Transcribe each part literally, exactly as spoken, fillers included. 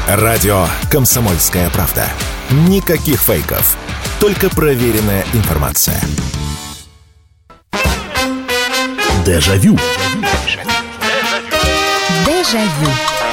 Радио «Комсомольская правда». Никаких фейков. Только проверенная информация. Дежавю. Дежавю.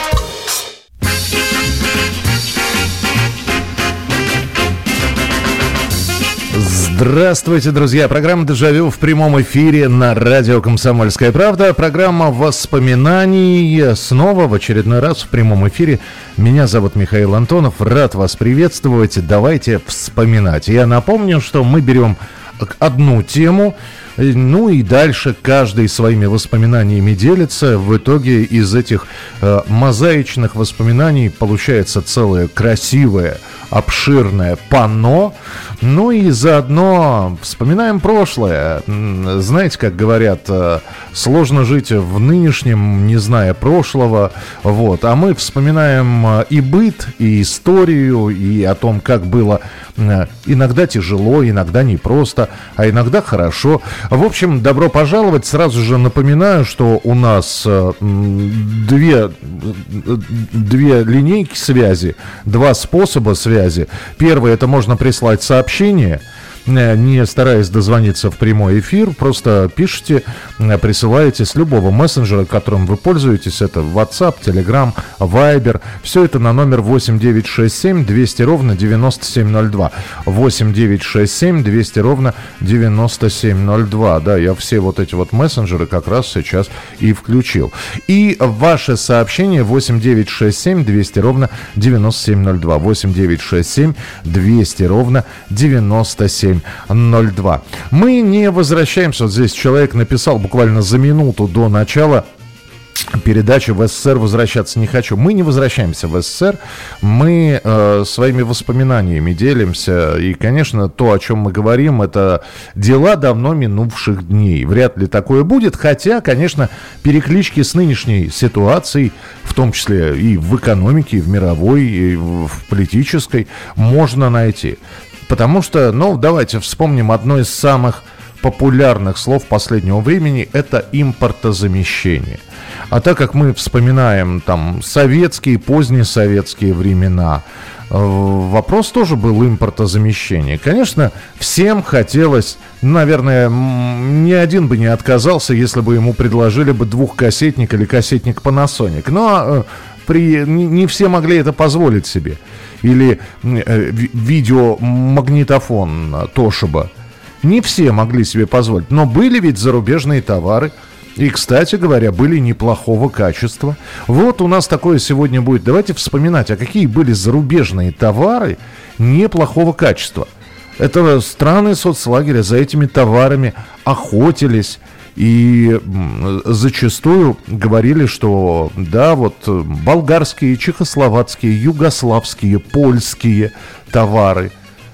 Здравствуйте, друзья! Программа «Дежавю» в прямом эфире на радио «Комсомольская правда». Программа воспоминаний снова в очередной раз в прямом эфире. Меня зовут Михаил Антонов. Рад вас приветствовать. Давайте вспоминать. Я напомню, что мы берем одну тему, ну и дальше каждый своими воспоминаниями делится. В итоге из этих э, мозаичных воспоминаний получается целое красивое, обширное панно. Ну и заодно вспоминаем прошлое. Знаете, как говорят, сложно жить в нынешнем, не зная прошлого. Вот. А мы вспоминаем и быт, и историю, и о том, как было иногда тяжело, иногда непросто, а иногда хорошо. В общем, добро пожаловать. Сразу же напоминаю, что у нас две, две линейки связи, два способа связи. Первый — это можно прислать сообщение, не стараясь дозвониться в прямой эфир, просто пишите, присылаете с любого мессенджера, которым вы пользуетесь, это WhatsApp, Telegram, Viber, все это на номер восемь девятьсот шестьдесят семь двести ровно девяносто семь ноль два, восемь девятьсот шестьдесят семь двести ровно девяносто семь ноль два, да, я все вот эти вот мессенджеры как раз сейчас и включил. И ваше сообщение восемь девятьсот шестьдесят семь двести ровно девяносто семь ноль два, восемь девятьсот шестьдесят семь двести ровно девяносто семь ноль два. Мы не возвращаемся. Вот здесь человек написал буквально за минуту до начала передачи: в СССР возвращаться не хочу. Мы не возвращаемся в СССР. Мы э, своими воспоминаниями делимся. И, конечно, то, о чем мы говорим, это дела давно минувших дней. Вряд ли такое будет. Хотя, конечно, переклички с нынешней ситуацией, в том числе и в экономике, и в мировой, и в политической, можно найти. Потому что, ну, давайте вспомним одно из самых популярных слов последнего времени – это импортозамещение. А так как мы вспоминаем там советские, позднесоветские времена, вопрос тоже был импортозамещение. Конечно, всем хотелось, наверное, ни один бы не отказался, если бы ему предложили бы двухкассетник или кассетник Panasonic. Но при, не, не все могли это позволить себе. Или э, видеомагнитофон Toshiba. Не все могли себе позволить. Но были ведь зарубежные товары. И, кстати говоря, были неплохого качества. Вот у нас такое сегодня будет. Давайте вспоминать, а какие были зарубежные товары неплохого качества. Это страны соцлагеря за этими товарами охотились. И зачастую говорили, что да, вот болгарские, чехословацкие, югославские, польские товары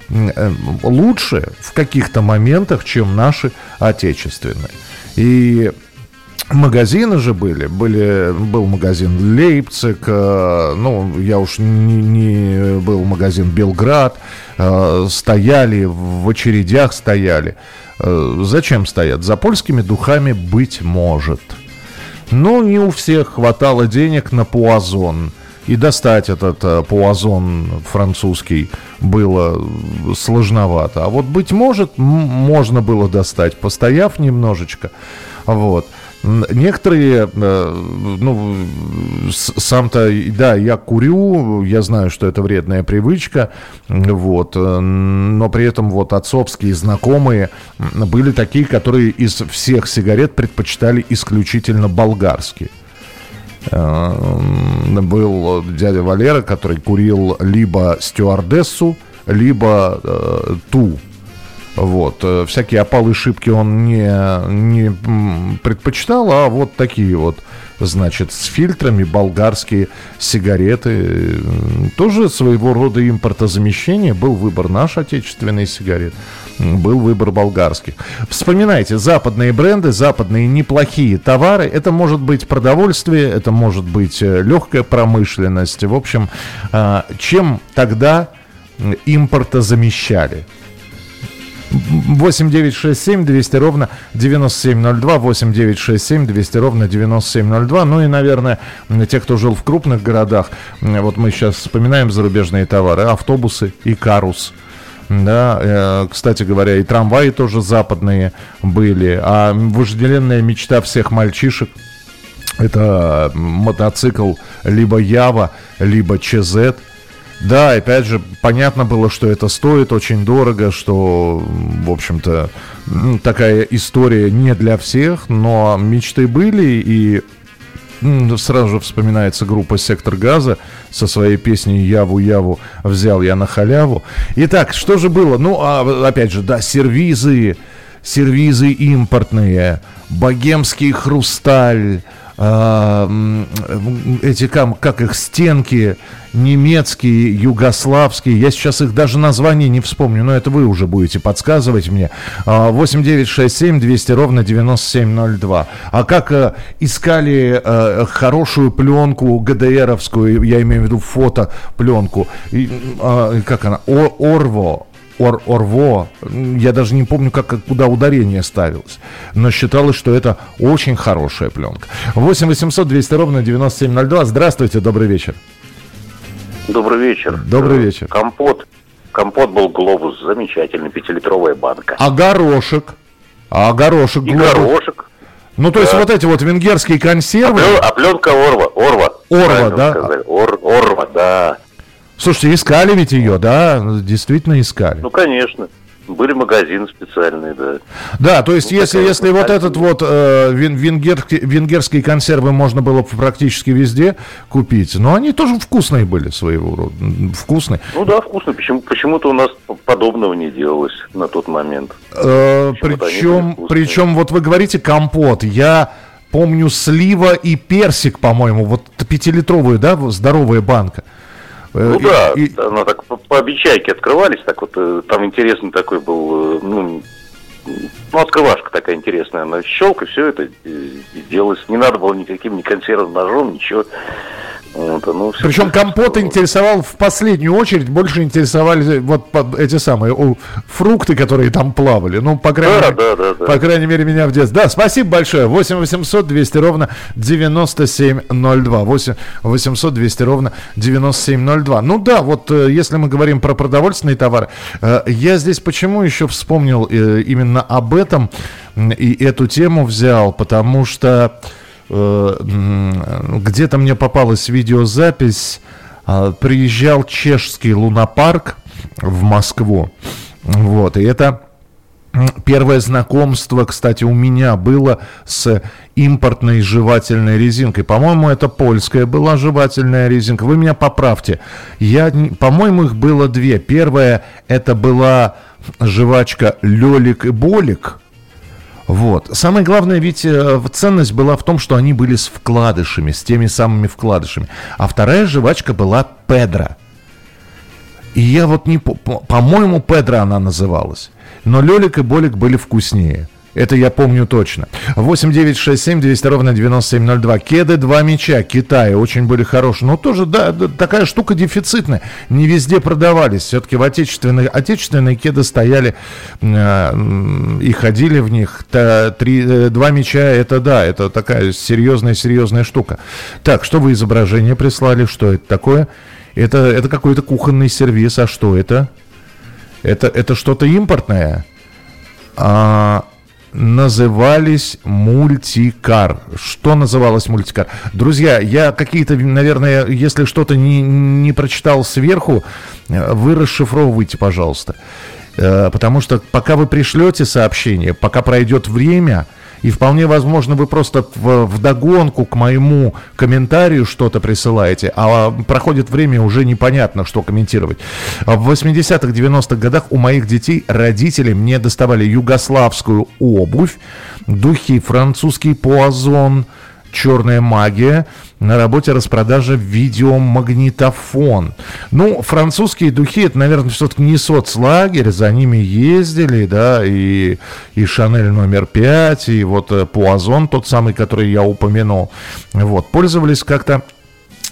лучше в каких-то моментах, чем наши отечественные. И магазины же были, были, был магазин Лейпциг, ну, я уж не, не был магазин Белград, стояли, в очередях стояли. Зачем стоят? За польскими духами, быть может. Но не у всех хватало денег на пуазон. И достать этот э, пуазон французский было сложновато. А вот, быть может, м- можно было достать, постояв немножечко. Вот. Некоторые, э, ну, сам-то, да, я курю, я знаю, что это вредная привычка, вот, но при этом вот отцовские знакомые были такие, которые из всех сигарет предпочитали исключительно болгарские. Был дядя Валера, который курил либо стюардессу, либо э, ту. Вот. Всякие опалы шибки он не, не предпочитал, а вот такие вот, значит, с фильтрами болгарские сигареты. Тоже своего рода импортозамещение. Был выбор наш отечественный сигарет, был выбор болгарских. Вспоминайте, западные бренды, западные неплохие товары. Это может быть продовольствие, это может быть легкая промышленность. В общем, чем тогда импортозамещали? восемь девятьсот шестьдесят семь двести ровно девяносто семь ноль два, восемь девятьсот шестьдесят семь двести ровно девяносто семь ноль два. Ну и, наверное, те, кто жил в крупных городах, вот мы сейчас вспоминаем зарубежные товары, автобусы и Карус. Да, э, кстати говоря, и трамваи тоже западные были, а вожделенная мечта всех мальчишек — это мотоцикл либо Ява, либо ЧЗ. Да, опять же, понятно было, что это стоит очень дорого, что, в общем-то, такая история не для всех, но мечты были, и сразу же вспоминается группа «Сектор газа» со своей песней «Яву-яву взял я на халяву». Итак, что же было? Ну, а, опять же, да, сервизы, сервизы импортные, богемский хрусталь, эти, как, как их, стенки немецкие, югославские. Я сейчас их даже название не вспомню, но это вы уже будете подсказывать мне. восемь девятьсот шестьдесят семь двести ровно девяносто семь ноль два. А как э, искали э, хорошую пленку ГДРовскую, я имею в виду фотопленку, и, э, как она, О, Орво. Ор, Орво, я даже не помню, как, куда ударение ставилось, но считалось, что это очень хорошая пленка. восемь восемьсот двести ровно девяносто семь ноль два. Здравствуйте, добрый вечер. Добрый вечер. Добрый вечер. Компот. Компот был «Глобус», замечательный, пятилитровая банка. А горошек? А горошек? И Глобус. горошек. Ну, то да. есть вот эти вот венгерские консервы. А пленка Орва. Орва. Орва, да? Ор, Орва, да. Слушайте, искали ведь ее, да? Действительно искали. Ну, конечно. Были магазины специальные, да. Да, то есть ну, если, если вот этот вот э, венгер, венгерские консервы можно было практически везде купить, но они тоже вкусные были своего рода. Вкусные. Ну да, вкусные. Почему, почему-то у нас подобного не делалось на тот момент. Э, причем, причем вот вы говорите компот. Я помню слива и персик, по-моему, вот пятилитровую, да, здоровая банка. Ну и, да, и... она так по, по обечайке открывались, так вот, там интересный такой был, ну, ну, открывашка такая интересная, она щелк, и все это делалось, не надо было никаким ни консервным ножом, ничего. Вот, ну, причем компот интересовал в последнюю очередь, больше интересовали вот эти самые о, фрукты, которые там плавали. Ну, по крайней, да, мере, да, да, да. по крайней мере, меня в детстве. Да, спасибо большое. восемь восемьсот двести ровно девяносто семь ноль два. восемь восемьсот двести ровно девяносто семь ноль два. Ну да, вот если мы говорим про продовольственные товары, я здесь почему еще вспомнил именно об этом и эту тему взял, потому что где-то мне попалась видеозапись, приезжал чешский лунопарк в Москву, вот, и это первое знакомство, кстати, у меня было с импортной жевательной резинкой. По-моему, это польская была жевательная резинка. Вы меня поправьте. Я, по-моему, их было две. Первая это была жвачка «Лёлик и Болик». Вот. Самое главное, ведь э, ценность была в том, что они были с вкладышами, с теми самыми вкладышами. А вторая жвачка была «Педро». И я вот не... По-моему, «Педро» она называлась. Но «Лёлик» и «Болик» были вкуснее. Это я помню точно. восемь девятьсот шестьдесят семь двести ровно девяносто семь ноль два. Кеды два мяча Китая очень были хорошие. Но тоже, да, такая штука дефицитная. Не везде продавались. Все-таки в отечественные, отечественные кеды стояли э, и ходили в них. Та, три, два мяча, это да, это такая серьезная-серьезная штука. Так, что вы изображение прислали? Что это такое? Это, это какой-то кухонный сервиз. А что это? Это, это что-то импортное? А... Назывались мультикар. Что называлось мультикар? Друзья, я какие-то, наверное, если что-то не, не прочитал сверху, вы расшифровывайте, пожалуйста. Потому что пока вы пришлете сообщение, пока пройдет время, и вполне возможно вы просто в, вдогонку к моему комментарию что-то присылаете, а проходит время, уже непонятно, что комментировать. В восьмидесятых, девяностых годах у моих детей родители мне доставали югославскую обувь, духи, французский пуазон, черная магия, на работе распродажа видеомагнитофон. Ну, французские духи, это, наверное, все-таки не соцлагерь, за ними ездили, да, и, и Шанель номер пять, и вот Пуазон, тот самый, который я упомянул. Вот, пользовались как-то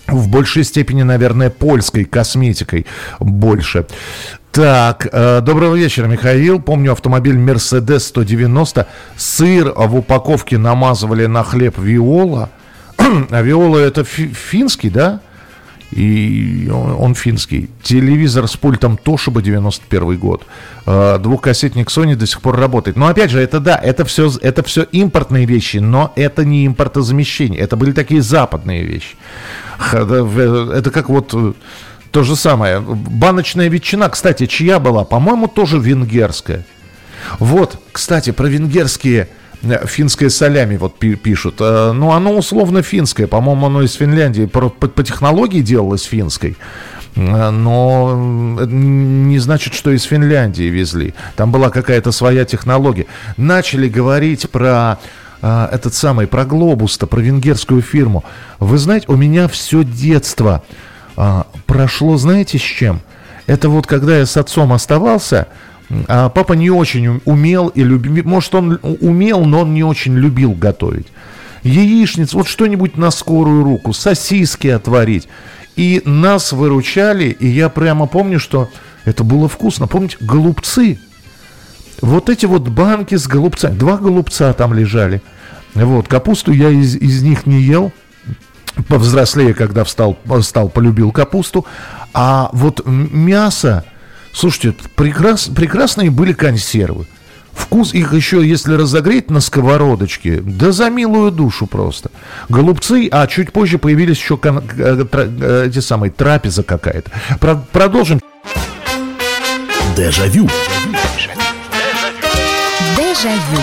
В большей степени, наверное, польской косметикой больше. Так, э, доброго вечера, Михаил. Помню автомобиль Mercedes сто девяносто. Сыр в упаковке намазывали на хлеб Виола. А Виола это фи- финский, да? И он, он финский. Телевизор с пультом Toshiba, девяносто первый год. Э, двухкассетник Sony до сих пор работает. Но опять же, это да, это все, это все импортные вещи, но это не импортозамещение. Это были такие западные вещи. Это, это как вот то же самое. Баночная ветчина, кстати, чья была? По-моему, тоже венгерская. Вот, кстати, про венгерские... Финское салями вот пишут. Ну, оно условно финское. По-моему, оно из Финляндии. По, по, по технологии делалось финской. Но не значит, что из Финляндии везли. Там была какая-то своя технология. Начали говорить про а, этот самый, про Глобус-то, про венгерскую фирму. Вы знаете, у меня все детство а, прошло, знаете, с чем? Это вот когда я с отцом оставался... А папа не очень умел и любил, может, он умел, но он не очень любил готовить. Яичниц, вот что-нибудь на скорую руку, сосиски отварить. И нас выручали, и я прямо помню, что это было вкусно. Помните, голубцы? Вот эти вот банки с голубцами, два голубца там лежали. Вот, капусту я из, из них не ел. Повзрослее, когда встал, стал, полюбил капусту. А вот мясо... Слушайте, прекрас, прекрасные были консервы. Вкус их еще, если разогреть на сковородочке, да за милую душу просто. Голубцы, а чуть позже появились еще кон, э, эти самые, трапеза какая-то. Про, продолжим. Дежавю. Дежавю.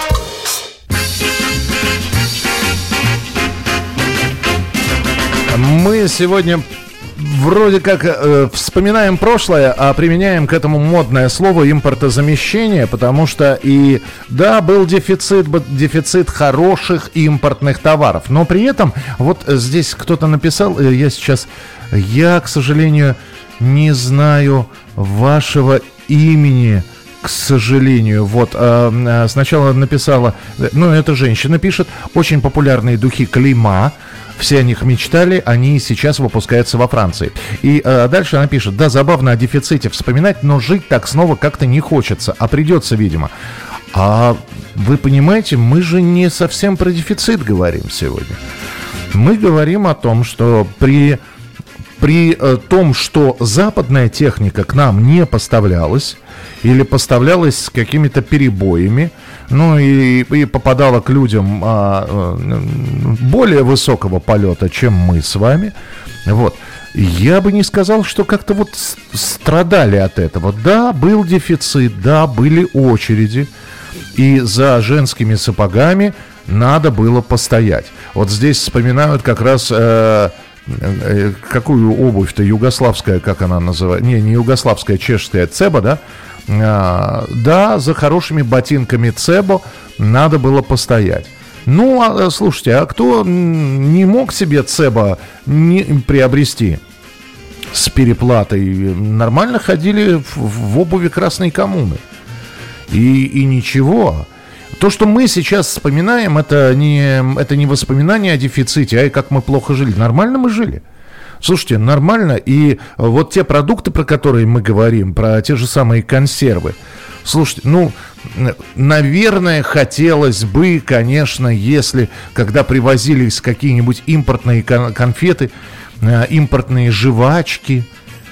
Мы сегодня... Вроде как э, вспоминаем прошлое, а применяем к этому модное слово импортозамещение, потому что и да, был дефицит, дефицит хороших импортных товаров, но при этом вот здесь кто-то написал, я сейчас, я, к сожалению, не знаю вашего имени, к сожалению. Вот э, сначала написала, ну это женщина пишет, очень популярные духи Клима. Все о них мечтали, они сейчас выпускаются во Франции. И э, дальше она пишет, да, забавно о дефиците вспоминать, но жить так снова как-то не хочется, а придется, видимо. А вы понимаете, мы же не совсем про дефицит говорим сегодня. Мы говорим о том, что при, при э, том, что западная техника к нам не поставлялась, или поставлялась с какими-то перебоями, ну и, и попадала к людям а, а, более высокого полета, чем мы с вами. Вот. Я бы не сказал, что как-то вот страдали от этого. Да, был дефицит, да, были очереди. И за женскими сапогами надо было постоять. Вот здесь вспоминают как раз... Э, э, какую обувь-то, югославская, как она называется? Не, не югославская, чешская, Цеба, да? А, да, за хорошими ботинками Цебо надо было постоять. Ну, а, слушайте, а кто не мог себе Цебо не приобрести с переплатой? Нормально ходили в, в обуви Красной коммуны. И, и ничего. То, что мы сейчас вспоминаем, это не, это не воспоминание о дефиците, а и как мы плохо жили. Нормально мы жили. Слушайте, нормально. И вот те продукты, про которые мы говорим, про те же самые консервы. Слушайте, ну, наверное, хотелось бы, конечно, если, когда привозились какие-нибудь импортные конфеты, импортные жвачки.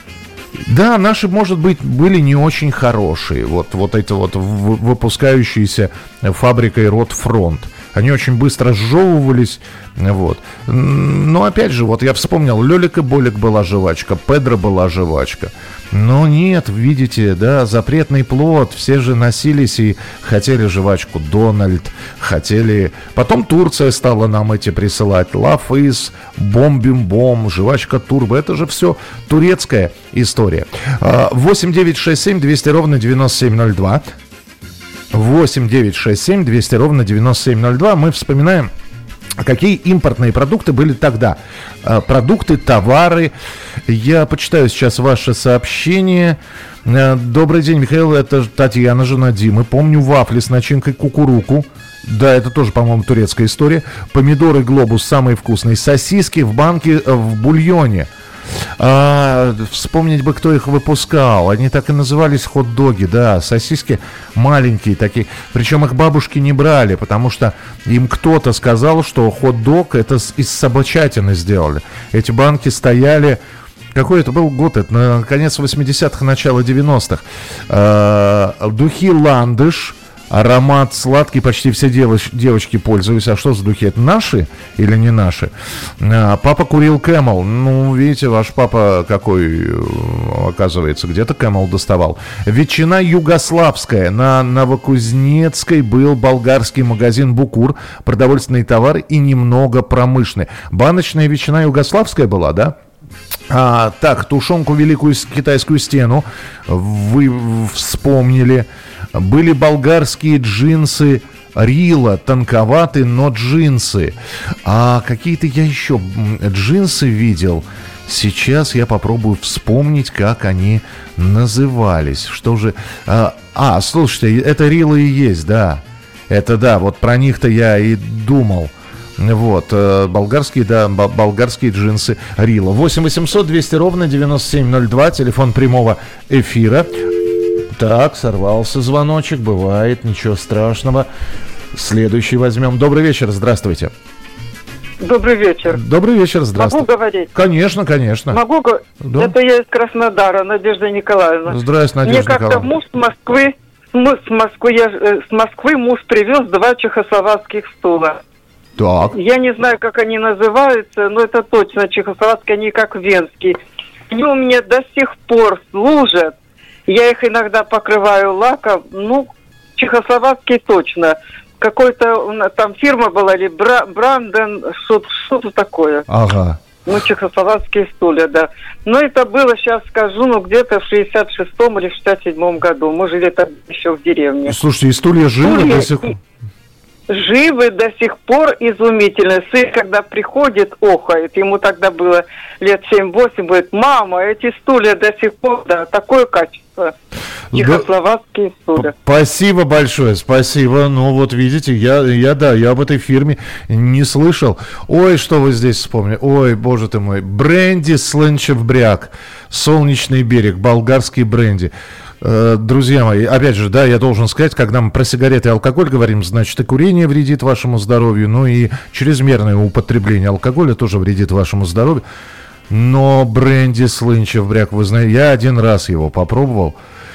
Да, наши, может быть, были не очень хорошие. Вот, вот эти вот выпускающиеся фабрикой Ротфронт. Они очень быстро сжевывались, вот. Но опять же, вот я вспомнил, Лёлик и Болик была жвачка, Педро была жвачка. Но нет, видите, да, запретный плод, все же носились и хотели жвачку Дональд, хотели... Потом Турция стала нам эти присылать, Лафис, Бом-Бим-Бом, жвачка Турбо, это же все турецкая история. восемь девять шесть семь двести ровно девяносто семь ноль два. восемь девять шесть семь двести ровно девяносто семь ноль два. Мы вспоминаем Какие импортные продукты были тогда? Продукты, товары. Я почитаю сейчас ваше сообщение. Добрый день, Михаил, это Татьяна, жена Димы. Помню вафли с начинкой кукуруку. Да, это тоже, по-моему, турецкая история. Помидоры глобус самые вкусные. Сосиски в банке в бульоне. А, вспомнить бы, кто их выпускал. Они так и назывались хот-доги, да, сосиски маленькие такие. Причем их бабушки не брали, потому что им кто-то сказал, что хот-дог это из собачатины сделали. Эти банки стояли... Какой это был год? Это на конец восьмидесятых, начало девяностых. А, духи «Ландыш». Аромат сладкий, почти все девоч- девочки пользуются. А что за духи? Это наши или не наши? А, папа курил Camel. Ну, видите, ваш папа какой, оказывается, где-то Camel доставал. Ветчина югославская. На Новокузнецкой был болгарский магазин «Букур». Продовольственные товары и немного промышленные. Баночная ветчина югославская была, да? А, так, тушенку «Великую китайскую стену» вы вспомнили. Были болгарские джинсы Рила, тонковатые, но джинсы. А какие-то я еще джинсы видел. Сейчас я попробую вспомнить, как они назывались. Что же... А, а слушайте, это Рила и есть, да. Это да, вот про них-то я и думал. Вот, болгарские, да, болгарские джинсы Рила. восемь восемьсот двести ровно девяносто семь ноль два, телефон прямого эфира. Так, сорвался звоночек, бывает, ничего страшного. Следующий возьмем. Добрый вечер, здравствуйте. Добрый вечер. Добрый вечер, здравствуйте. Могу говорить? Конечно, конечно. Могу говорить? Да. Это я из Краснодара, Надежда Николаевна. Здравствуйте, Надежда Мне как-то Николаевна. муж с Москвы, с Москвы, я, с Москвы муж привез два чехословацких стула. Так. Я не знаю, как они называются, но это точно чехословацкие, они как венские. Они у меня до сих пор служат. Я их иногда покрываю лаком, ну, чехословацкие точно. Какой-то там фирма была, или Бра, Бранден, что-то, что-то такое. Ага. Ну, чехословацкие стулья, да. Но это было, сейчас скажу, ну, где-то в шестьдесят шестом или в шестьдесят седьмом году. Мы жили там еще в деревне. Слушайте, и стулья живы Стулья до сих пор? Живы до сих пор, изумительно. Сын, когда приходит, охает. Ему тогда было лет семь-восемь, говорит: мама, эти стулья до сих пор, да, такое качество. Чехословацкие стулья. Спасибо большое, спасибо. Ну вот видите, я, я да, я об этой фирме не слышал. Ой, что вы здесь вспомнили? Ой, боже ты мой. Бренди Слынчев-Бряг, Солнечный берег, болгарский бренди. Друзья мои, опять же, да, я должен сказать, когда мы про сигареты и алкоголь говорим, значит, и курение вредит вашему здоровью, ну и чрезмерное употребление алкоголя тоже вредит вашему здоровью. Но бренди Слынчев-Бряг, вы знаете, я один раз его попробовал.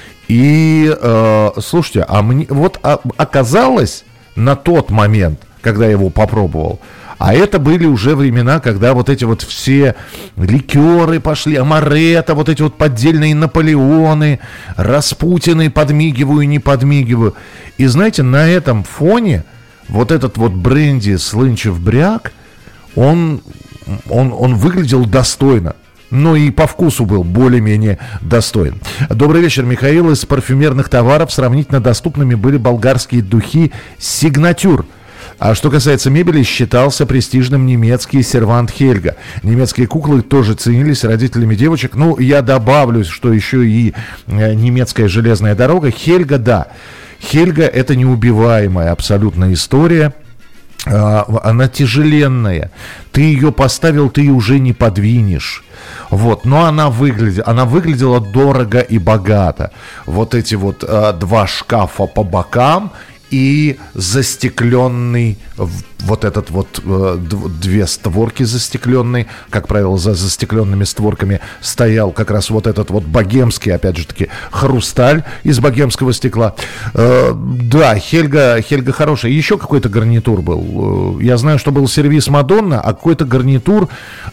И, э, слушайте, а мне, вот а, оказалось на тот момент, когда я его попробовал, а это были уже времена, когда вот эти вот все ликеры пошли, амаретто, вот эти вот поддельные Наполеоны, Распутины, подмигиваю, не подмигиваю. И знаете, на этом фоне вот этот вот бренди Слынчев-Бряг, он, он, он выглядел достойно. Ну и по вкусу был более-менее достоин. Добрый вечер, Михаил. Из парфюмерных товаров сравнительно доступными были болгарские духи «Сигнатюр». А что касается мебели, считался престижным немецкий сервант Хельга. Немецкие куклы тоже ценились родителями девочек. Ну, я добавлю, что еще и немецкая железная дорога. Хельга, да. Хельга — это неубиваемая абсолютно история. Она тяжеленная. Ты ее поставил, ты уже не подвинешь. Вот, но она выглядела, она выглядела дорого и богато. Вот эти вот а, два шкафа по бокам и застекленный, вот этот вот, две створки застекленные, как правило, за застекленными створками стоял как раз вот этот вот богемский, опять же таки, хрусталь из богемского стекла. Да, Хельга, Хельга хорошая. Еще какой-то гарнитур был. Я знаю, что был сервис Мадонна, а какой-то гарнитур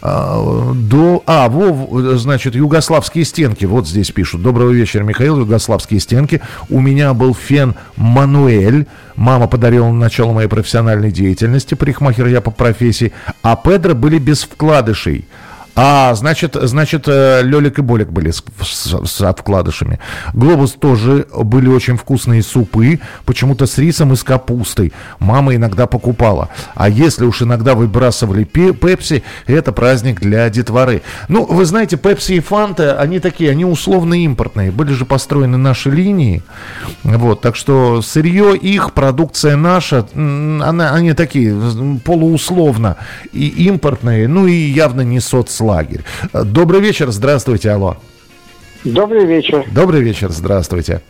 до... А, во, значит, югославские стенки. Вот здесь пишут. Доброго вечера, Михаил. Югославские стенки. У меня был фен Мануэль. Мама подарила на начало моей профессиональной деятельности. Парикмахер я по профессии. А Педро были без вкладышей. А, значит, значит, Лёлик и Болик были с, с, с вкладышами. Глобус тоже были очень вкусные супы, почему-то с рисом и с капустой. Мама иногда покупала. А если уж иногда выбрасывали пепси, это праздник для детворы. Ну, вы знаете, пепси и фанта, они такие, они условно импортные. Были же построены наши линии. Вот, так что сырье их, продукция наша, она, они такие полуусловно и импортные, ну и явно не соцлагерь. Добрый вечер, здравствуйте, алло. Добрый вечер. Добрый вечер, здравствуйте.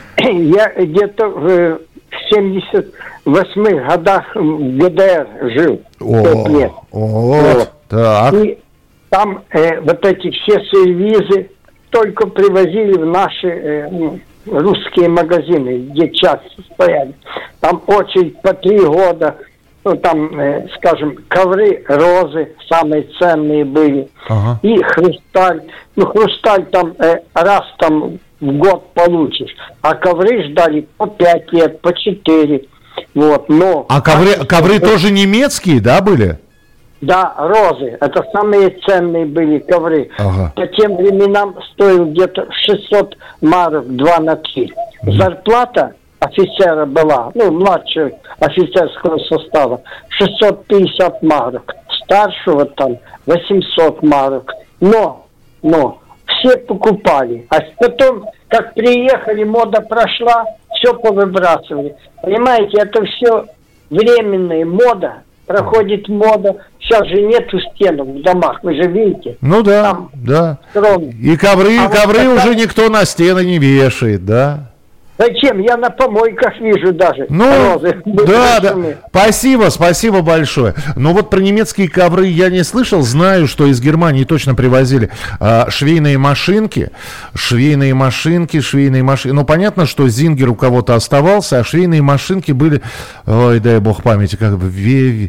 Я где-то в семьдесят восьмых годах в ГДР жил. О, лет. Вот, вот. Так. И там э, вот эти все сервизы только привозили в наши э, русские магазины, где часто стояли. Там очередь по три года. Ну, там, э, скажем, ковры, розы самые ценные были. Ага. И хрусталь. Ну, хрусталь там э, раз там в год получишь. А ковры ждали по пять лет, по четыре. Вот, но... А ковры, а, ковры вот, тоже немецкие, да, были? Да, розы. Это самые ценные были ковры. Ага. По тем временам стоил где-то шестьсот марок два на три. Mm. Зарплата офицера была, ну, младшего офицерского состава, шестьсот пятьдесят марок. Старшего там восемьсот марок. Но, но, все покупали. А потом, как приехали, мода прошла, все повыбрасывали. Понимаете, это все временная мода. Проходит мода. Сейчас же нету стенок в домах, вы же видите. Ну да, там да. Строн. И ковры, а ковры вот уже так... никто на стены не вешает, да? Зачем? Я на помойках вижу даже. Ну, розы, да, да. Спасибо, спасибо большое. Но вот про немецкие ковры я не слышал. Знаю, что из Германии точно привозили а, швейные машинки. Швейные машинки, швейные машинки. Ну, понятно, что Зингер у кого-то оставался, а швейные машинки были... Ой, дай бог памяти, как бы... Ве...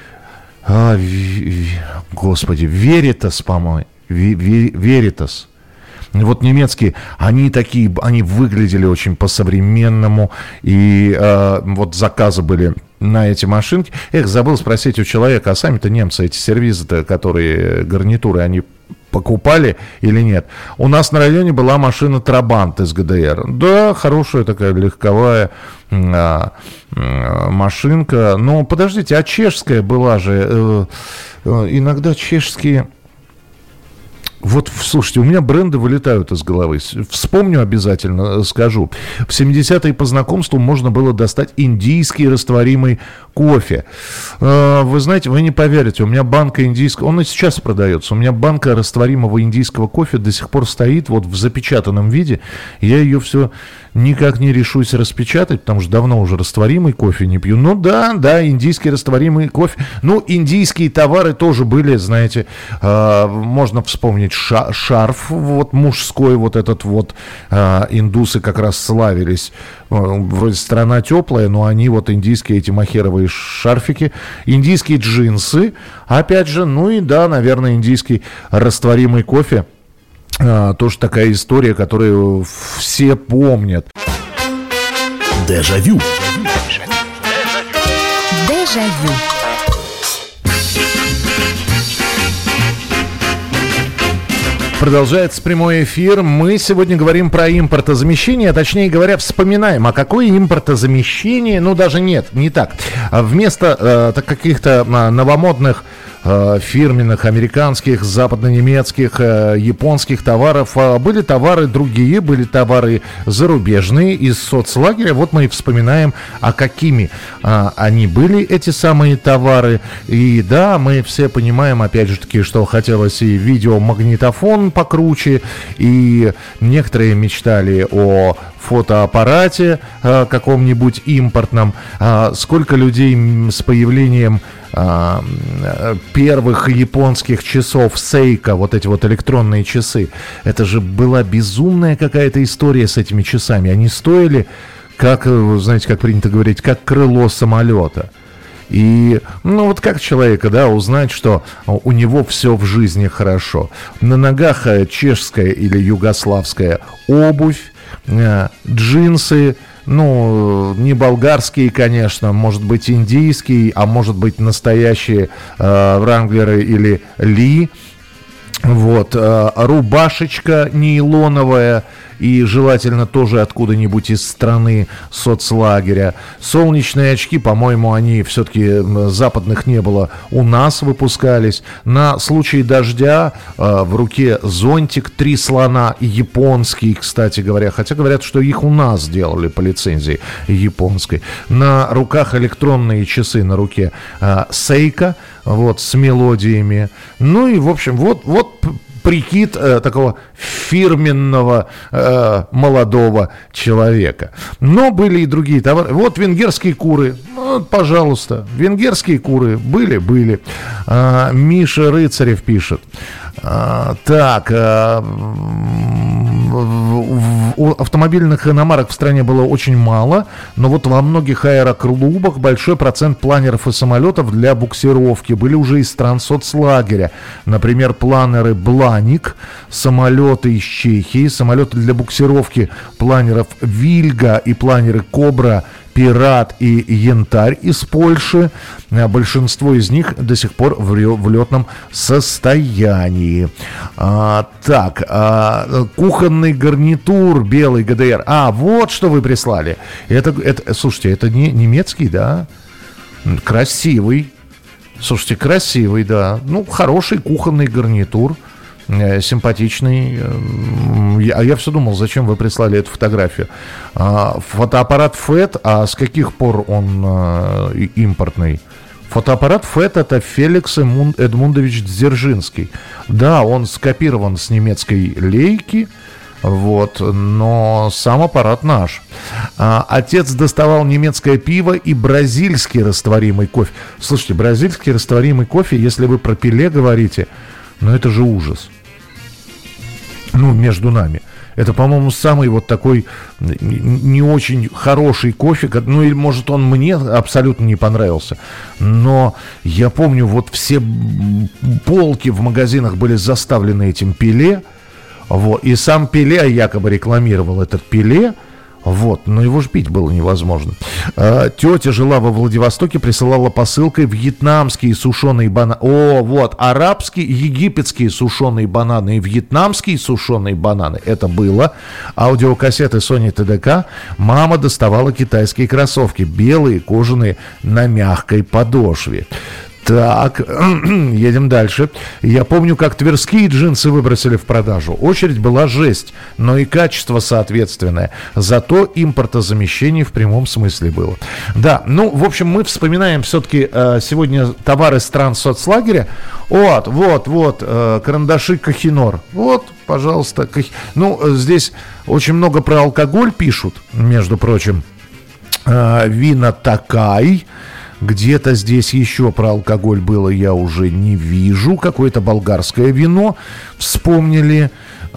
А, ве... Господи, Веритас, по-моему. Ве... Ве... Веритас. Вот немецкие, они такие, они выглядели очень по-современному, и э, вот заказы были на эти машинки. Эх, забыл спросить у человека, а сами-то немцы эти сервизы-то, которые гарнитуры, они покупали или нет? У нас на районе была машина Трабант из ГДР. Да, хорошая такая легковая э, э, машинка. Но подождите, а чешская была же? Э, э, иногда чешские... Вот, слушайте, у меня бренды вылетают из головы. Вспомню обязательно, скажу. В семидесятые по знакомству можно было достать индийский растворимый кофе. Вы знаете, вы не поверите, у меня банка индийского, он и сейчас продается, у меня банка растворимого индийского кофе до сих пор стоит вот в запечатанном виде. Я ее все никак не решусь распечатать, потому что давно уже растворимый кофе не пью. Ну да, да, индийский растворимый кофе. Ну, индийские товары тоже были, знаете, можно вспомнить шарф, вот мужской, вот этот вот, индусы как раз славились. Вроде страна теплая, но они вот индийские эти махеровые шарфики, индийские джинсы, опять же, ну и да, наверное, индийский растворимый кофе. А, тоже такая история, которую все помнят. Дежавю. Дежавю. Продолжается прямой эфир. Мы сегодня говорим про импортозамещение, а точнее говоря, вспоминаем, а какое импортозамещение, ну даже нет, не так. Вместо э, каких-то новомодных фирменных, американских, западно-немецких, японских товаров. Были товары другие, были товары зарубежные из соцлагеря. Вот мы и вспоминаем, а какими они были, эти самые товары. И да, мы все понимаем, опять же таки, что хотелось и видеомагнитофон покруче, и некоторые мечтали о фотоаппарате каком-нибудь импортном. Сколько людей с появлением первых японских часов Seiko, вот эти вот электронные часы, это же была безумная какая-то история с этими часами. Они стоили, как, знаете, как принято говорить, как крыло самолета. И, ну, вот как человека, да, узнать, что у него все в жизни хорошо. На ногах чешская или югославская обувь, джинсы, ну, не болгарские, конечно, может быть индийские, а может быть настоящие э, Wrangler или Ли. Вот, рубашечка нейлоновая, и желательно тоже откуда-нибудь из страны соцлагеря. Солнечные очки, по-моему, они все-таки западных не было, у нас выпускались. На случай дождя в руке зонтик, три слона, японский, кстати говоря, хотя говорят, что их у нас делали по лицензии японской. На руках электронные часы, на руке Сейка, вот, с мелодиями. Ну и, в общем, вот, вот прикид э, такого фирменного э, молодого человека. Но были и другие товары. Вот венгерские куры. Ну, пожалуйста. Венгерские куры. Были, были. А, Миша Рыцарев пишет. А, так. А, автомобильных иномарок в стране было очень мало, но вот во многих аэроклубах большой процент планеров и самолетов для буксировки были уже из стран соцлагеря. Например, планеры «Бланик», самолеты из Чехии, самолеты для буксировки планеров «Вильга» и планеры «Кобра», «Пират» и «Янтарь» из Польши. Большинство из них до сих пор в, в летном состоянии. А, так, а, кухонный гарнитур белый ГДР. А, вот что вы прислали. Это, это, слушайте, это не немецкий, да? Красивый. Слушайте, красивый, да. Ну, хороший кухонный гарнитур. Симпатичный. А я все думал, зачем вы прислали эту фотографию. Фотоаппарат ФЭТ, а с каких пор он импортный? Фотоаппарат ФЭТ — это Феликс Эдмундович Дзержинский. Да, он скопирован с немецкой лейки, вот, но сам аппарат наш. А, отец доставал немецкое пиво и бразильский растворимый кофе. Слушайте, бразильский растворимый кофе, если вы про Пеле говорите, ну это же ужас. Ну, между нами. Это, по-моему, самый вот такой не очень хороший кофе. Ну, или, может, он мне абсолютно не понравился. Но я помню, вот все полки в магазинах были заставлены этим Пеле. Вот. И сам Пеле якобы рекламировал этот Пеле. Вот, но его же пить было невозможно. А, тетя жила во Владивостоке, присылала посылкой вьетнамские сушеные бананы. О, вот, арабские, египетские сушеные бананы и вьетнамские сушеные бананы. Это было. Аудиокассеты Sony тэ дэ ка. Мама доставала китайские кроссовки, белые, кожаные, на мягкой подошве. Так, едем дальше. Я помню, как тверские джинсы выбросили в продажу. Очередь была жесть, но и качество соответственное. Зато импортозамещение в прямом смысле было. Да, ну, в общем, мы вспоминаем все-таки э, сегодня товары стран соцлагеря. Вот, вот, вот, э, карандаши Кохинор. Вот, пожалуйста. Кох... Ну, здесь очень много про алкоголь пишут, между прочим. Э, вина Такай. Где-то здесь еще про алкоголь было, я уже не вижу. Какое-то болгарское вино вспомнили.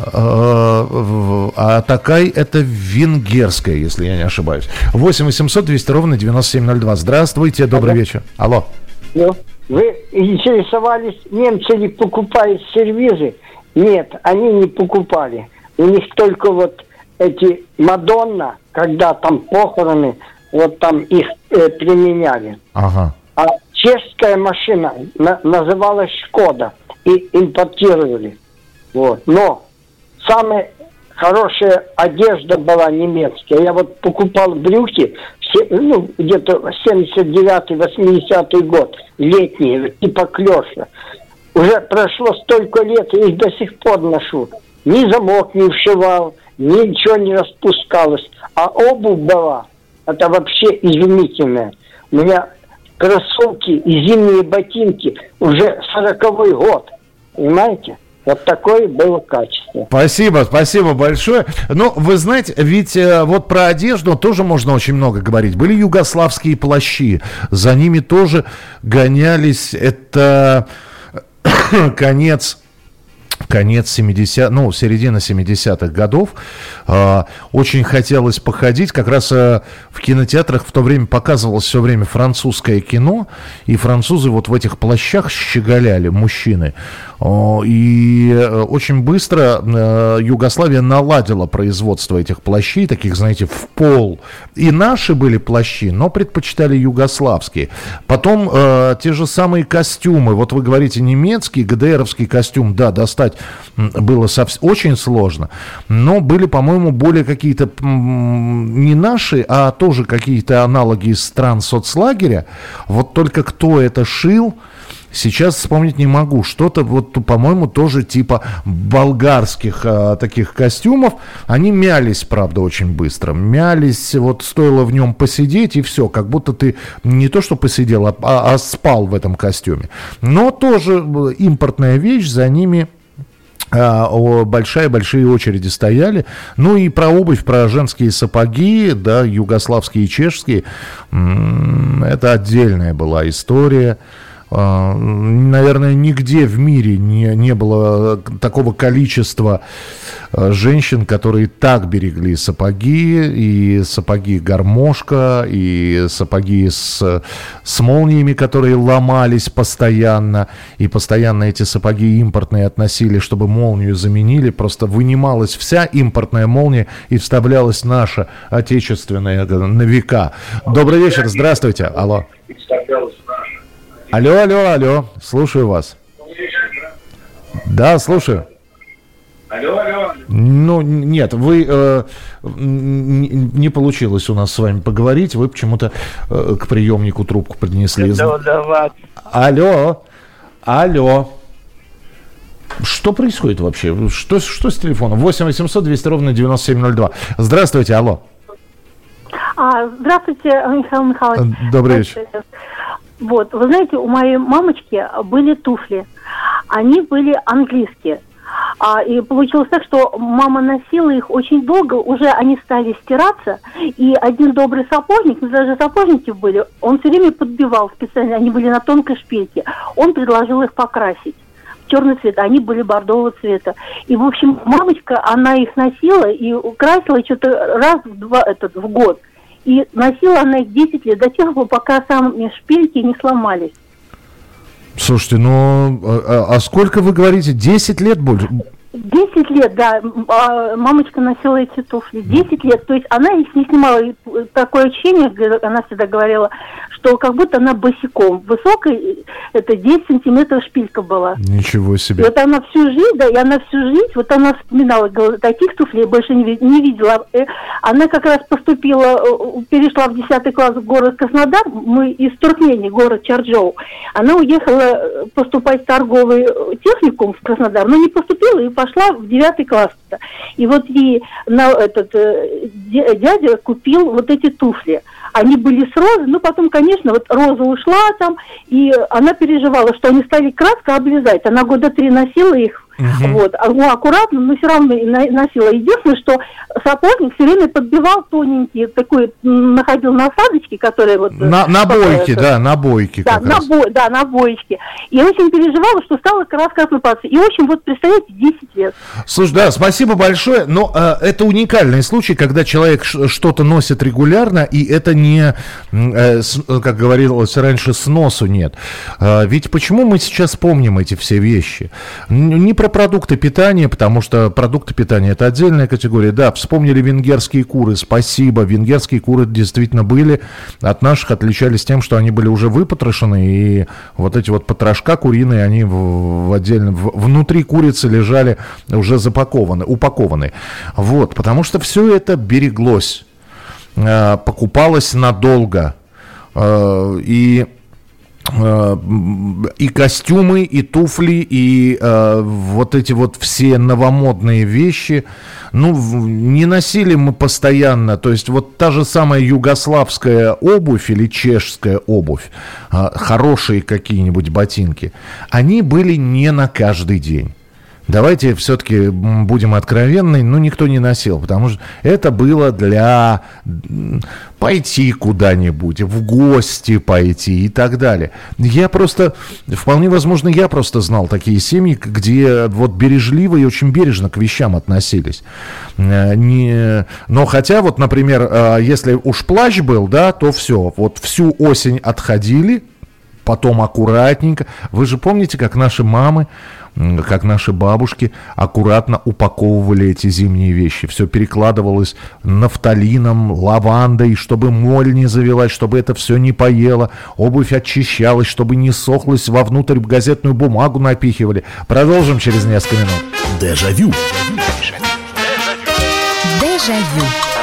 А Такай это венгерское, если я не ошибаюсь. восемь восемьсот двести ровно девяносто семь ноль два. Здравствуйте, добрый Алло. вечер. Алло. Вы интересовались, немцы ли покупают сервизы? Нет, они не покупали. У них только вот эти Мадонна, когда там похороны, вот там их э, применяли. Ага. А чешская машина на, называлась Шкода и импортировали. Вот. Но самая хорошая одежда была немецкая. Я вот покупал брюки, все, ну, где-то семьдесят девятый восьмидесятый год, летние, типа клёша. Уже прошло столько лет, и их до сих пор ношу. Ни замок не вшивал, ничего не распускалось. А обувь была, это вообще изумительное. У меня кроссовки и зимние ботинки уже сороковой год. Понимаете? Вот такое было качество. Спасибо, спасибо большое. Ну, вы знаете, ведь э, вот про одежду тоже можно очень много говорить. Были югославские плащи. За ними тоже гонялись. Это конец... Конец семидесятых, ну, середина семидесятых годов. Э, очень хотелось походить. Как раз э, в кинотеатрах в то время показывалось все время французское кино. И французы вот в этих плащах щеголяли, мужчины. Э, и э, очень быстро э, Югославия наладила производство этих плащей, таких, знаете, в пол. И наши были плащи, но предпочитали югославские. Потом э, те же самые костюмы. Вот вы говорите немецкий, ГДРовский костюм, да, достать описать было совсем, очень сложно. Но были, по-моему, более какие-то не наши, а тоже какие-то аналоги из стран соцлагеря. Вот только кто это шил, сейчас вспомнить не могу. Что-то, вот, по-моему, тоже типа болгарских а, таких костюмов. Они мялись, правда, очень быстро. Мялись, вот стоило в нем посидеть, и все. Как будто ты не то что посидел, а, а, а спал в этом костюме. Но тоже импортная вещь, за ними большие-большие очереди стояли. Ну и про обувь, про женские сапоги, да, югославские и чешские, это отдельная была история. Наверное, нигде в мире не, не было такого количества женщин, которые так берегли сапоги, и сапоги гармошка, и сапоги с, с молниями, которые ломались постоянно, и постоянно эти сапоги импортные относили, чтобы молнию заменили, просто вынималась вся импортная молния и вставлялась наша отечественная на века. Добрый вечер, здравствуйте, алло. Алло, алло, алло, слушаю вас. Да, слушаю. Алло, алло. Ну, нет, вы э, не получилось у нас с вами поговорить, вы почему-то э, к приемнику трубку поднесли. Да, да, да. Алло, алло. Что происходит вообще? Что, что с телефоном? восемь восемьсот двести ровно девяносто семь ноль два. Здравствуйте, алло. А, здравствуйте, Михаил Михайлович. Добрый вечер. Вот, вы знаете, у моей мамочки были туфли. Они были английские. А, и получилось так, что мама носила их очень долго, уже они стали стираться. И один добрый сапожник, ну, даже сапожники были, он все время подбивал специально, они были на тонкой шпильке. Он предложил их покрасить в черный цвет, они были бордового цвета. И, в общем, мамочка, она их носила и красила что-то раз в, два, этот, в год. И носила она их десять лет, до тех пор, пока сами шпильки не сломались. Слушайте, ну, а, а сколько вы говорите? десять лет больше? десять лет, да. Мамочка носила эти туфли. десять лет. То есть она их не снимала. И такое ощущение, она всегда говорила, что как будто она босиком. Высокая, это десять сантиметров шпилька была. Ничего себе. И вот она всю жизнь, да, и она всю жизнь, вот она вспоминала, говорила, таких туфлей больше не, не видела. Она как раз поступила, перешла в десятый класс в город Краснодар, мы из Туркмении, город Чарджоу. Она уехала поступать в торговый техникум в Краснодар, но не поступила и пошла в девятый класс. И вот ей на, этот, дядя купил вот эти туфли. Они были с розой, но потом, конечно, вот роза ушла там, и она переживала, что они стали кратко облезать. Она года три носила их, uh-huh. вот, ну, аккуратно, но все равно носила. Единственное, что сапожник все время подбивал тоненькие, такой, находил насадочки, которые вот... На, набойки, да, набойки да, как раз. Набой, да, набоечки. И очень переживала, что стала краска осыпаться. И, в общем, вот, представляете, десять лет. Слушай, да, спасибо большое. Но э, это уникальный случай, когда человек ш- что-то носит регулярно, и это не, э, с, как говорилось раньше, сносу нет. Э, ведь почему мы сейчас помним эти все вещи? Не про продукты питания, потому что продукты питания – это отдельная категория. Да, вспомнили венгерские куры, спасибо. Венгерские куры действительно были, от наших отличались тем, что они были уже выпотрошены, и вот эти вот потрошка куриные, они в, в отдельном, в, внутри курицы лежали уже запакованы, упакованы. Вот, потому что все это береглось, э, покупалось надолго, э, и и костюмы, и туфли, и э, вот эти вот все новомодные вещи, ну, не носили мы постоянно. То есть вот та же самая югославская обувь или чешская обувь, э, хорошие какие-нибудь ботинки, они были не на каждый день. Давайте все-таки будем откровенны, ну, никто не носил, потому что это было для пойти куда-нибудь, в гости пойти и так далее. Я просто, вполне возможно, я просто знал такие семьи, где вот бережливо и очень бережно к вещам относились. Не, но хотя вот, например, если уж плащ был, да, то все, вот всю осень отходили, потом аккуратненько. Вы же помните, как наши мамы, как наши бабушки аккуратно упаковывали эти зимние вещи. Все перекладывалось нафталином, лавандой, чтобы моль не завелась, чтобы это все не поело. Обувь очищалась, чтобы не сохлась, вовнутрь газетную бумагу напихивали. Продолжим через несколько минут. Дежавю. Дежавю.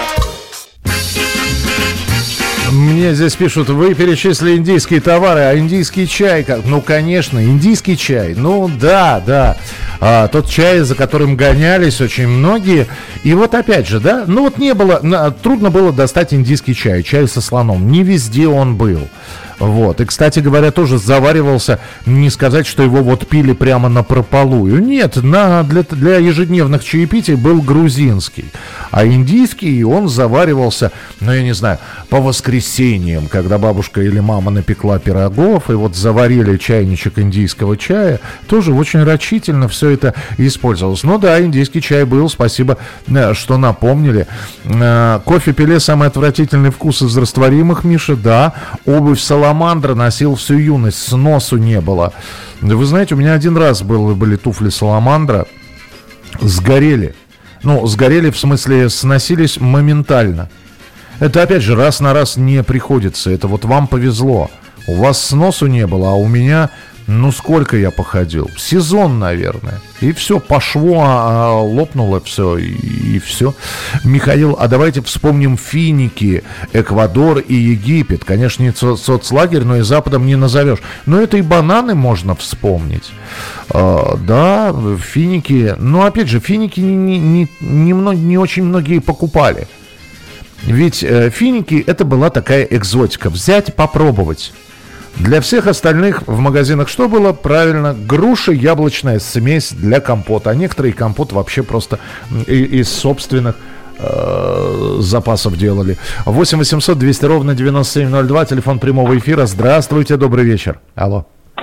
Мне здесь пишут, вы перечислили индийские товары, а индийский чай как? Ну, конечно, индийский чай. Ну, да, да. А, тот чай, за которым гонялись очень многие. И вот опять же, да, ну вот не было, трудно было достать индийский чай, чай со слоном. Не везде он был. Вот. И, кстати говоря, тоже заваривался, не сказать, что его вот пили прямо напропалую. Нет, на, для, для ежедневных чаепитий был грузинский. А индийский, он заваривался, ну, я не знаю, по воскресеньям, когда бабушка или мама напекла пирогов, и вот заварили чайничек индийского чая, тоже очень рачительно все это использовалось. Ну да, индийский чай был, спасибо, что напомнили. Кофе-пеле самый отвратительный вкус из растворимых, Миша, да. Обувь Саламандра носил всю юность, сносу не было. Вы знаете, у меня один раз был, были туфли Саламандра, сгорели. Ну, сгорели в смысле сносились моментально. Это опять же раз на раз не приходится. Это вот вам повезло. У вас сносу не было, а у меня... Ну, сколько я походил? Сезон, наверное. И все, по шву а, а, лопнуло все, и, и все. Михаил, а давайте вспомним финики, Эквадор и Египет. Конечно, не со- соцлагерь, но и Западом не назовешь. Но это и бананы можно вспомнить. А, да, финики. Но, опять же, финики не, не, не, не, много, не очень многие покупали. Ведь э, финики это была такая экзотика. Взять, попробовать. Для всех остальных в магазинах что было? Правильно, груша, яблочная смесь для компота. А некоторые компот вообще просто из собственных э, запасов делали. восемь восемьсот двести ровно девяносто семь ноль два, телефон прямого эфира. Здравствуйте, добрый вечер. Алло.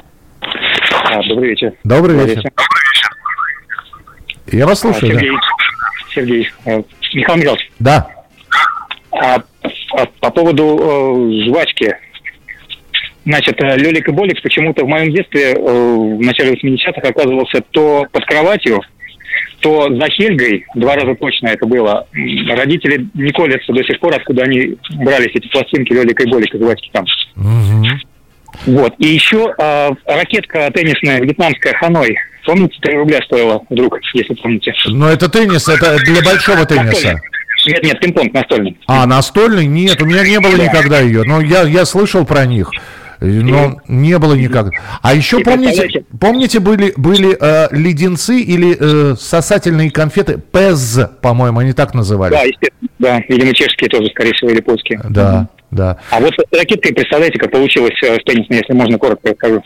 А, добрый вечер. Добрый, добрый вечер. вечер. Я вас слушаю. А, Сергей, да. Сергей, э, Михаил Михайлович. Да. А, а, по поводу э, жвачки. Значит, Лёлик и Болик почему-то в моем детстве, в начале восьмидесятых, оказывался то под кроватью, то за Хельгой, два раза точно это было. Родители не колятся до сих пор, откуда они брались, эти пластинки Лёлика и Болика, жвачки там. Угу. Вот. И еще э, ракетка теннисная вьетнамская «Ханой». Помните, три рубля стоила, вдруг, если помните. Но это теннис, это для большого тенниса. Настольный. Нет, нет, пинг-понг настольный. А, настольный? Нет, у меня не было да. никогда ее. Но я, я слышал про них. Но и... не было никогда. А еще и помните, помните, были, были э, леденцы или э, сосательные конфеты Пез, по-моему, они так назывались. Да, естественно. Да, видимо, чешские тоже, скорее всего, или польские. Да, угу. да. А вот с ракеткой, представляете, как получилось э, с теннисной, если можно коротко расскажу.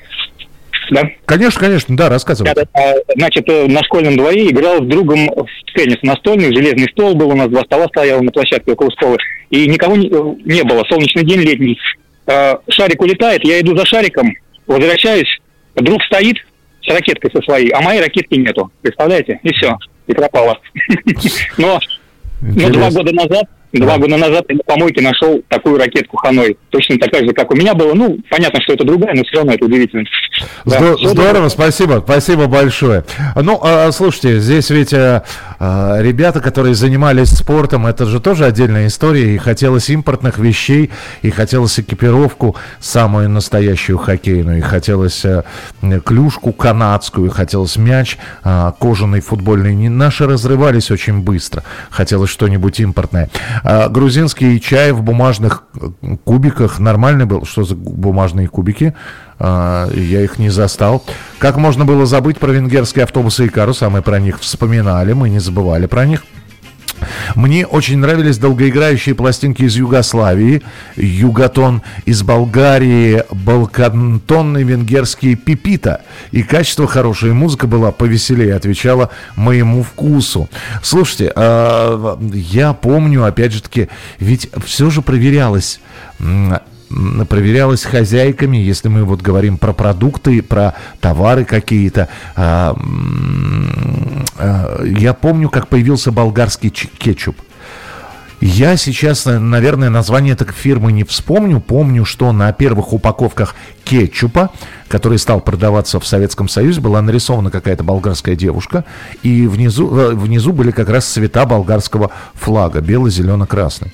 Да? Конечно, конечно, да, рассказывайте. Да, да, значит, на школьном дворе играл с другом в теннис настольный, железный стол был у нас, два стола стояло на площадке около школы, и никого не, не было, солнечный день летний. Шарик улетает, я иду за шариком, возвращаюсь, друг стоит с ракеткой со своей, а моей ракетки нету, представляете? И все, и пропало. Но два года назад Два года назад я на помойке нашел такую ракетку «Ханой». Точно такая же, как у меня была. Ну, понятно, что это другая, но все равно это удивительно. Здорово, да, здорово, спасибо, спасибо большое. Ну, а, слушайте, здесь ведь а, а, ребята, которые занимались спортом, это же тоже отдельная история. И хотелось импортных вещей, и хотелось экипировку самую настоящую хоккейную, и хотелось а, клюшку канадскую, и хотелось мяч а, кожаный, футбольный. Наши разрывались очень быстро. Хотелось что-нибудь импортное. А, грузинский чай в бумажных кубиках нормальный был. Что за бумажные кубики? А, я их не застал. Как можно было забыть про венгерские автобусы Икарус? А мы про них вспоминали, мы не забывали про них. Мне очень нравились долгоиграющие пластинки из Югославии, Юготон, из Болгарии, балкантонный венгерский Пипита. И качество хорошее, и музыка была повеселее, отвечала моему вкусу. Слушайте, э, я помню, опять же таки, ведь все же проверялось... проверялась хозяйками, если мы вот говорим про продукты, про товары какие-то. Я помню, как появился болгарский кетчуп. Я сейчас, наверное, название этой фирмы не вспомню. Помню, что на первых упаковках кетчупа, который стал продаваться в Советском Союзе, была нарисована какая-то болгарская девушка. И внизу, внизу были как раз цвета болгарского флага. Белый, зеленый, красный.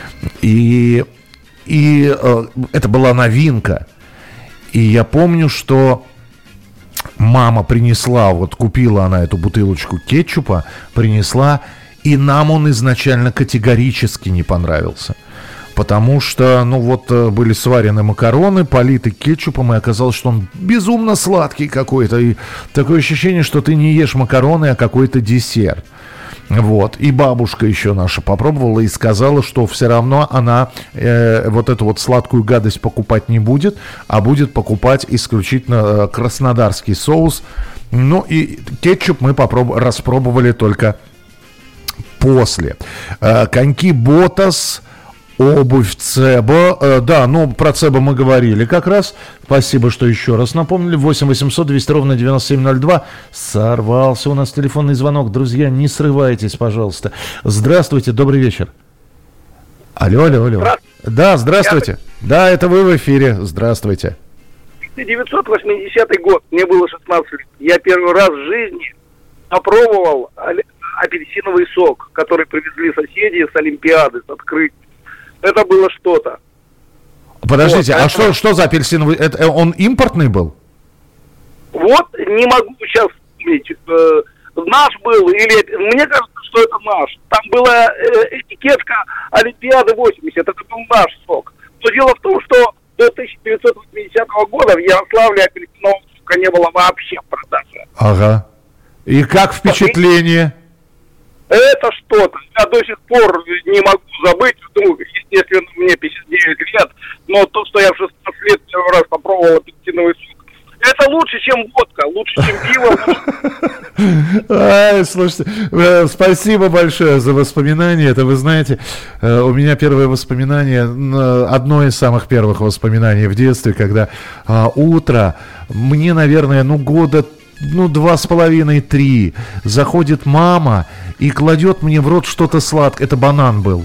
И, и э, это была новинка. И я помню, что мама принесла, вот купила она эту бутылочку кетчупа, принесла, и нам он изначально категорически не понравился. Потому что, ну вот, были сварены макароны, политы кетчупом, и оказалось, что он безумно сладкий какой-то. И такое ощущение, что ты не ешь макароны, а какой-то десерт. Вот. И бабушка еще наша попробовала и сказала, что все равно она э, вот эту вот сладкую гадость покупать не будет, а будет покупать исключительно краснодарский соус. Ну и кетчуп мы попроб- распробовали только после. Э, коньки Ботас, обувь Цеба. Э, да, ну про Цеба мы говорили как раз. Спасибо, что еще раз напомнили. восемь восемьсот двести ровно девяносто семь ноль два. Сорвался у нас телефонный звонок. Друзья, не срывайтесь, пожалуйста. Здравствуйте, добрый вечер. Алло, алло, алло. Здравствуйте. Да, здравствуйте. Я... Да, это вы в эфире. Здравствуйте. тысяча девятьсот восьмидесятый год. Мне было шестнадцать лет. Я первый раз в жизни попробовал апельсиновый сок, который привезли соседи с Олимпиады, с открытия. Это было что-то. Подождите, вот, а это... что, что за апельсиновый? Это, он импортный был? Вот, не могу сейчас вспомнить. Э, наш был, или... Мне кажется, что это наш. Там была э, этикетка Олимпиады восемьдесят. Это был наш сок. Но дело в том, что до тысяча девятьсот восьмидесятого года в Ярославле апельсинового сока не было вообще в продаже. Ага. И как впечатление? Это что-то. Я до сих пор не могу забыть. Ну, естественно, мне пятьдесят девять лет. Но то, что я в шестнадцать лет первый раз попробовал апельсиновый сок, это лучше, чем водка, лучше, чем пиво. Ай, слушайте, спасибо большое за воспоминания. Это, вы знаете, у меня первое воспоминание, одно из самых первых воспоминаний в детстве, когда утро, мне, наверное, ну, года ну, два с половиной, три, заходит мама и кладет мне в рот что-то сладкое. Это банан был.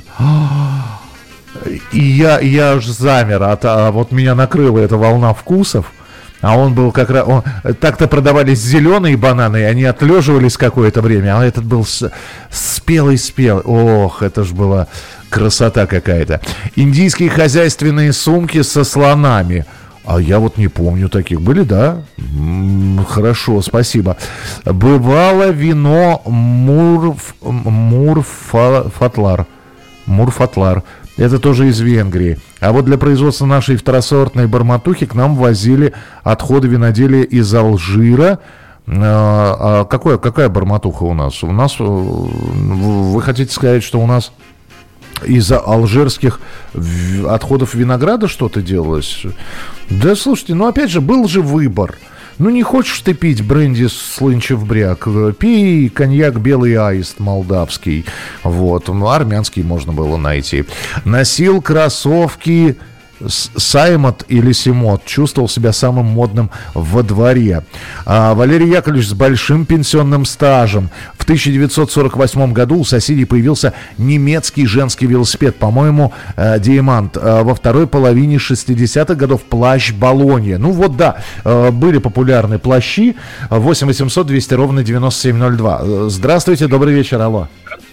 И я, я аж замер. А, а вот меня накрыла эта волна вкусов. А он был как раз... Он, так-то продавались зеленые бананы, и они отлеживались какое-то время. А этот был спелый-спелый. Ох, это ж была красота какая-то. Индийские хозяйственные сумки со слонами. А я вот не помню таких. Были, да? М-м, хорошо, спасибо. Бывало вино Мурф... Мурфатлар. Мурфатлар. Это тоже из Венгрии. А вот для производства нашей второсортной барматухи к нам возили отходы виноделия из Алжира. А, а какое, какая барматуха у нас? У нас... Вы хотите сказать, что у нас... из-за алжирских отходов винограда что-то делалось? Да, слушайте, ну опять же, был же выбор. Ну не хочешь ты пить бренди Слынчев бряк, пей коньяк Белый Аист молдавский. Вот, ну армянский можно было найти. Носил кроссовки Саймот или Симот, чувствовал себя самым модным во дворе. а, Валерий Яковлевич с большим пенсионным стажем. В тысяча девятьсот сорок восьмом году у соседей появился немецкий женский велосипед, по-моему, э, Диамант. а, Во второй половине шестидесятых годов плащ Болонья. Ну вот да, э, были популярны плащи. Восемь восемьсот двести ровно девяносто семь ноль два. Здравствуйте, добрый вечер, алло.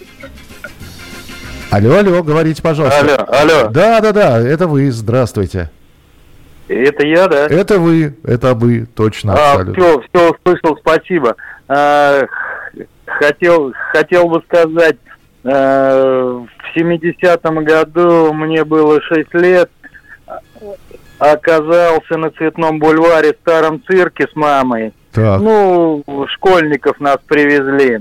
Алло, алло, говорите, пожалуйста. Алло, алло. Да, да, да, это вы, здравствуйте. Это я, да? Это вы, это вы, точно, а, абсолютно. Все, все услышал, спасибо. А, хотел, хотел бы сказать, а, в семидесятом году мне было шесть лет, оказался на Цветном бульваре в старом цирке с мамой. Так. Ну, школьников нас привезли.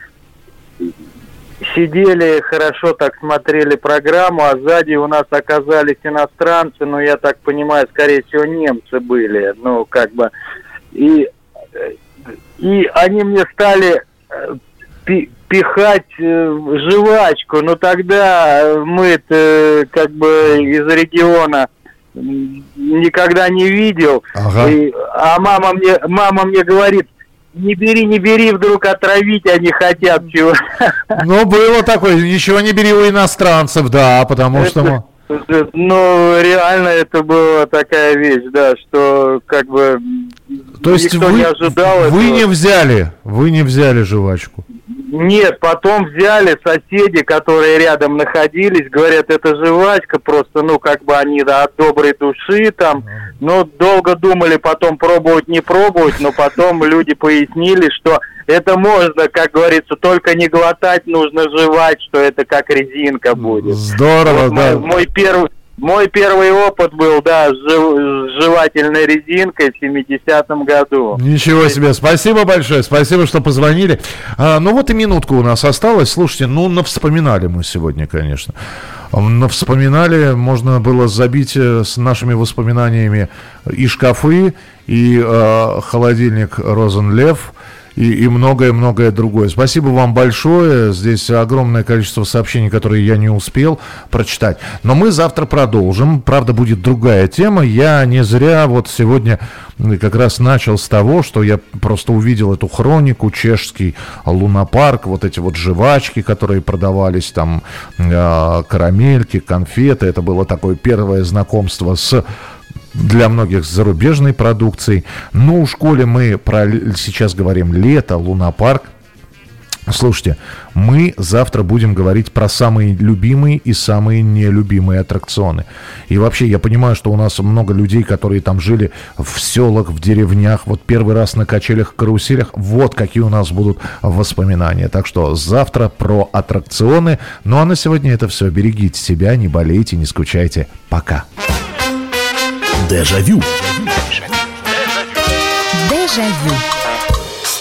Сидели, хорошо так смотрели программу, а сзади у нас оказались иностранцы, ну, я так понимаю, скорее всего, немцы были, ну, как бы, и, и они мне стали пи- пихать жвачку, но тогда мы-то, как бы, из региона никогда не видел, ага. и, а мама мне, мама мне говорит: не бери, не бери, вдруг отравить они хотят чего. Ну, было такое, ничего не бери у иностранцев, да, потому это, что... Ну, реально это была такая вещь, да, что как бы То есть никто вы, не ожидал вы этого. не взяли, вы не взяли жвачку? Нет, потом взяли соседи, которые рядом находились, говорят, это жвачка, просто, ну, как бы они, да, от доброй души там, но долго думали потом пробовать, не пробовать, но потом люди пояснили, что это можно, как говорится, только не глотать, нужно жевать, что это как резинка будет. Здорово, вот да. Мой, мой первый... Мой первый опыт был, да, с, жев... с жевательной резинкой в семидесятом году. Ничего себе, спасибо большое, спасибо, что позвонили. А, ну вот и минутка у нас осталась. Слушайте, ну навспоминали мы сегодня, конечно. Навспоминали, можно было забить с нашими воспоминаниями и шкафы, и э, холодильник Розенлев, И, и многое-многое другое. Спасибо вам большое. Здесь огромное количество сообщений, которые я не успел прочитать. Но мы завтра продолжим. Правда, будет другая тема. Я не зря вот сегодня как раз начал с того, что я просто увидел эту хронику, чешский лунопарк, вот эти вот жвачки, которые продавались, там э, карамельки, конфеты. Это было такое первое знакомство с... для многих с зарубежной продукцией. Ну, в школе мы про, сейчас говорим лето, лунопарк. Слушайте, мы завтра будем говорить про самые любимые и самые нелюбимые аттракционы. И вообще, я понимаю, что у нас много людей, которые там жили в селах, в деревнях, вот первый раз на качелях, каруселях. Вот какие у нас будут воспоминания. Так что завтра про аттракционы. Ну, а на сегодня это все. Берегите себя, не болейте, не скучайте. Пока. Дежавю. Дежавю.